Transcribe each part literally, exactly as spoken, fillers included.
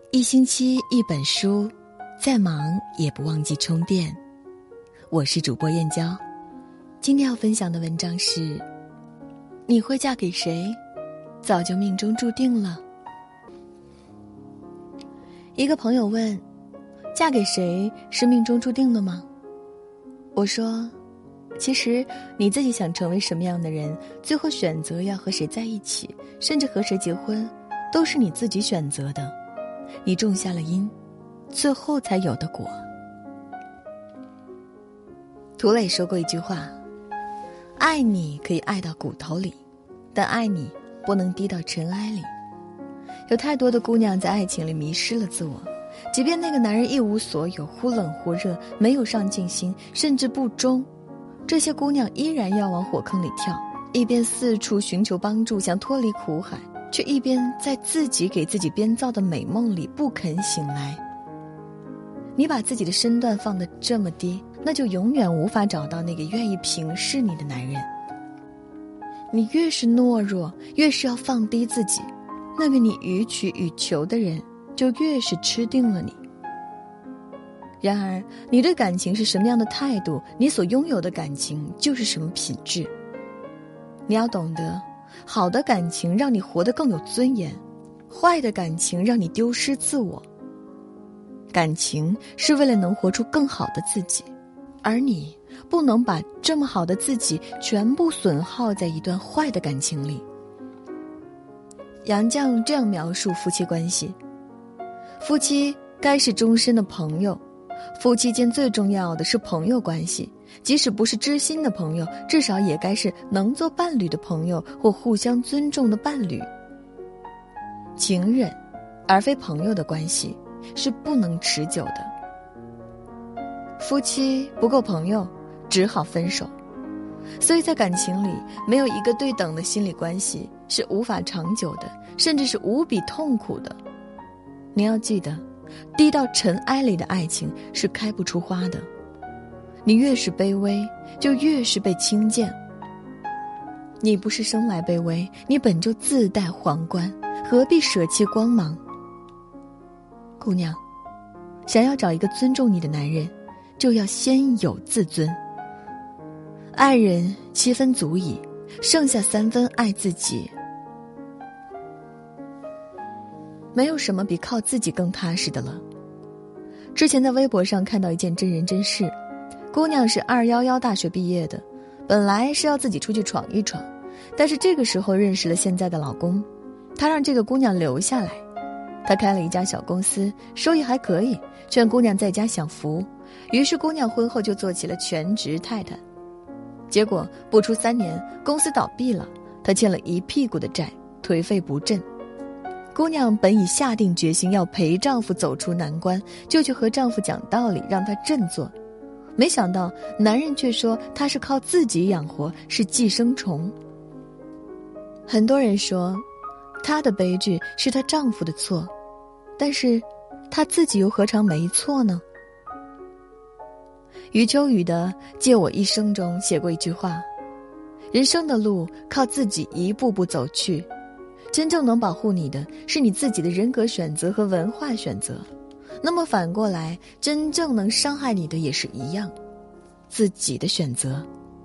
一星期一本书，再忙也不忘记充电。我是主播燕娇，今天要分享的文章是：你会嫁给谁，早就命中注定了。一个朋友问，嫁给谁是命中注定的吗？我说，其实你自己想成为什么样的人，最后选择要和谁在一起，甚至和谁结婚，都是你自己选择的。你种下了因，最后才有的果。涂磊说过一句话，爱你可以爱到骨头里，但爱你不能低到尘埃里。有太多的姑娘在爱情里迷失了自我，即便那个男人一无所有，忽冷忽热，没有上进心，甚至不忠，这些姑娘依然要往火坑里跳，一边四处寻求帮助，想脱离苦海，却一边在自己给自己编造的美梦里不肯醒来。你把自己的身段放得这么低，那就永远无法找到那个愿意平视你的男人。你越是懦弱，越是要放低自己，那个你予取予求的人就越是吃定了你。然而你对感情是什么样的态度，你所拥有的感情就是什么品质。你要懂得，好的感情让你活得更有尊严，坏的感情让你丢失自我。感情是为了能活出更好的自己，而你不能把这么好的自己全部损耗在一段坏的感情里。杨绛这样描述夫妻关系：夫妻该是终身的朋友，夫妻间最重要的是朋友关系，即使不是知心的朋友，至少也该是能做伴侣的朋友或互相尊重的伴侣。情人而非朋友的关系是不能持久的。夫妻不够朋友，只好分手。所以在感情里，没有一个对等的心理关系是无法长久的，甚至是无比痛苦的。你要记得，低到尘埃里的爱情是开不出花的。你越是卑微，就越是被轻贱。你不是生来卑微，你本就自带皇冠，何必舍弃光芒？姑娘，想要找一个尊重你的男人，就要先有自尊。爱人七分足矣，剩下三分爱自己。没有什么比靠自己更踏实的了。之前在微博上看到一件真人真事，姑娘是二一一大学毕业的，本来是要自己出去闯一闯，但是这个时候认识了现在的老公，他让这个姑娘留下来。他开了一家小公司，收益还可以，劝姑娘在家享福，于是姑娘婚后就做起了全职太太。结果不出三年，公司倒闭了，她欠了一屁股的债，颓废不振。姑娘本已下定决心要陪丈夫走出难关，就去和丈夫讲道理，让他振作。没想到男人却说她是靠自己养活，是寄生虫。很多人说她的悲剧是她丈夫的错，但是她自己又何尝没错呢？余秋雨的《借我一生》中写过一句话，人生的路靠自己一步步走去，真正能保护你的是你自己的人格选择和文化选择。那么反过来，真正能伤害你的也是一样，自己的选择。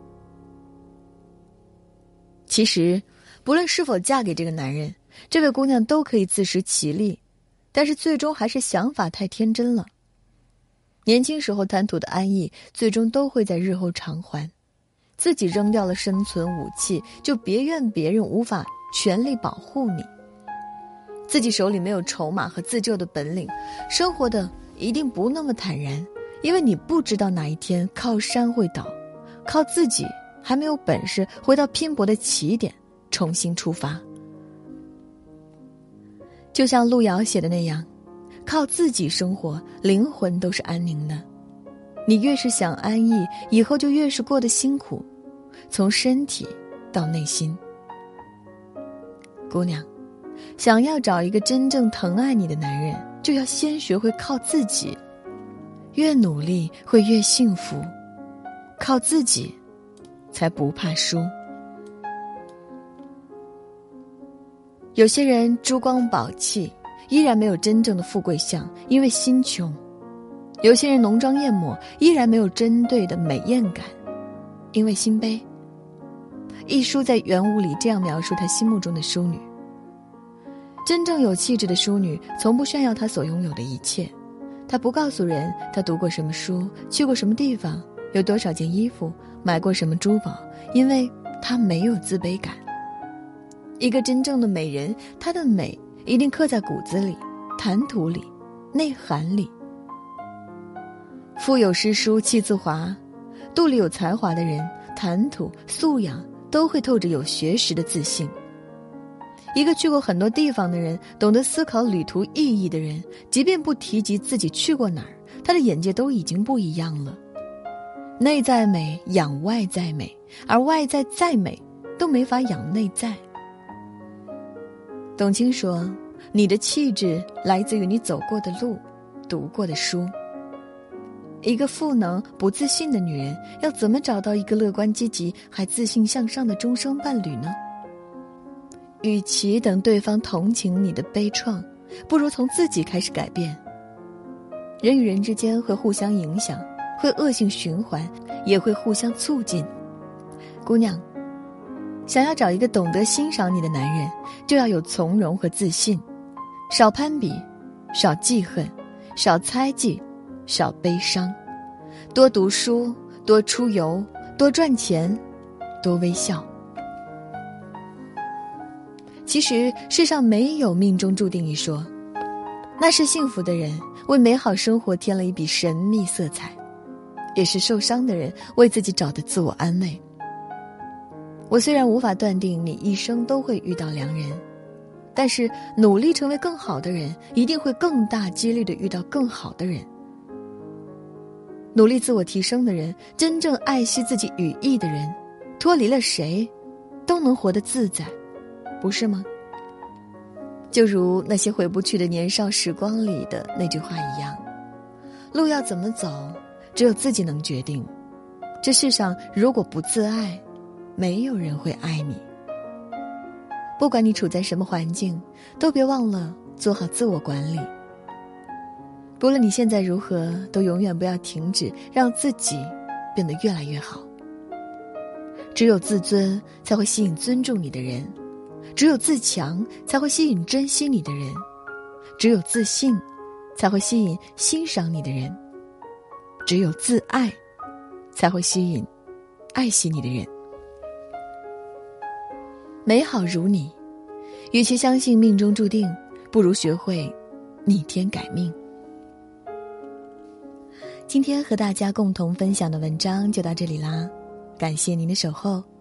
其实不论是否嫁给这个男人，这位姑娘都可以自食其力，但是最终还是想法太天真了。年轻时候贪图的安逸，最终都会在日后偿还。自己扔掉了生存武器，就别怨别人无法全力保护你。自己手里没有筹码和自救的本领，生活的一定不那么坦然，因为你不知道哪一天靠山会倒，靠自己还没有本事回到拼搏的起点，重新出发。就像路遥写的那样，靠自己生活，灵魂都是安宁的。你越是想安逸，以后就越是过得辛苦，从身体到内心。姑娘，想要找一个真正疼爱你的男人，就要先学会靠自己。越努力会越幸福，靠自己才不怕输。有些人珠光宝气， 依然没有真正的富贵相，因为心穷；有些人浓妆艳抹，依然没有针对的美艳感，因为心悲。一书在原舞里这样描述他心目中的淑女：真正有气质的淑女，从不炫耀她所拥有的一切，她不告诉人她读过什么书，去过什么地方，有多少件衣服，买过什么珠宝，因为她没有自卑感。一个真正的美人，她的美一定刻在骨子里、谈吐里、内涵里。腹有诗书气自华，肚里有才华的人，谈吐素养都会透着有学识的自信。一个去过很多地方的人，懂得思考旅途意义的人，即便不提及自己去过哪儿，他的眼界都已经不一样了。内在美养外在美，而外在再美都没法养内在。董卿说，你的气质来自于你走过的路，读过的书。一个负能不自信的女人，要怎么找到一个乐观积极还自信向上的终生伴侣呢？与其等对方同情你的悲怆，不如从自己开始改变。人与人之间会互相影响，会恶性循环，也会互相促进。姑娘，想要找一个懂得欣赏你的男人，就要有从容和自信，少攀比，少记恨，少猜忌，少悲伤，多读书，多出游，多赚钱，多微笑。其实世上没有命中注定一说，那是幸福的人为美好生活添了一笔神秘色彩，也是受伤的人为自己找的自我安慰。我虽然无法断定你一生都会遇到良人，但是努力成为更好的人，一定会更大几率地遇到更好的人。努力自我提升的人，真正爱惜自己羽翼的人，脱离了谁都能活得自在，不是吗？就如那些回不去的年少时光里的那句话一样，路要怎么走，只有自己能决定。这世上如果不自爱，没有人会爱你。不管你处在什么环境，都别忘了做好自我管理。不论你现在如何，都永远不要停止让自己变得越来越好。只有自尊才会吸引尊重你的人，只有自强才会吸引珍惜你的人，只有自信才会吸引欣赏你的人，只有自爱才会吸引爱惜你的人。美好如你，与其相信命中注定，不如学会逆天改命。今天和大家共同分享的文章就到这里啦，感谢您的守候。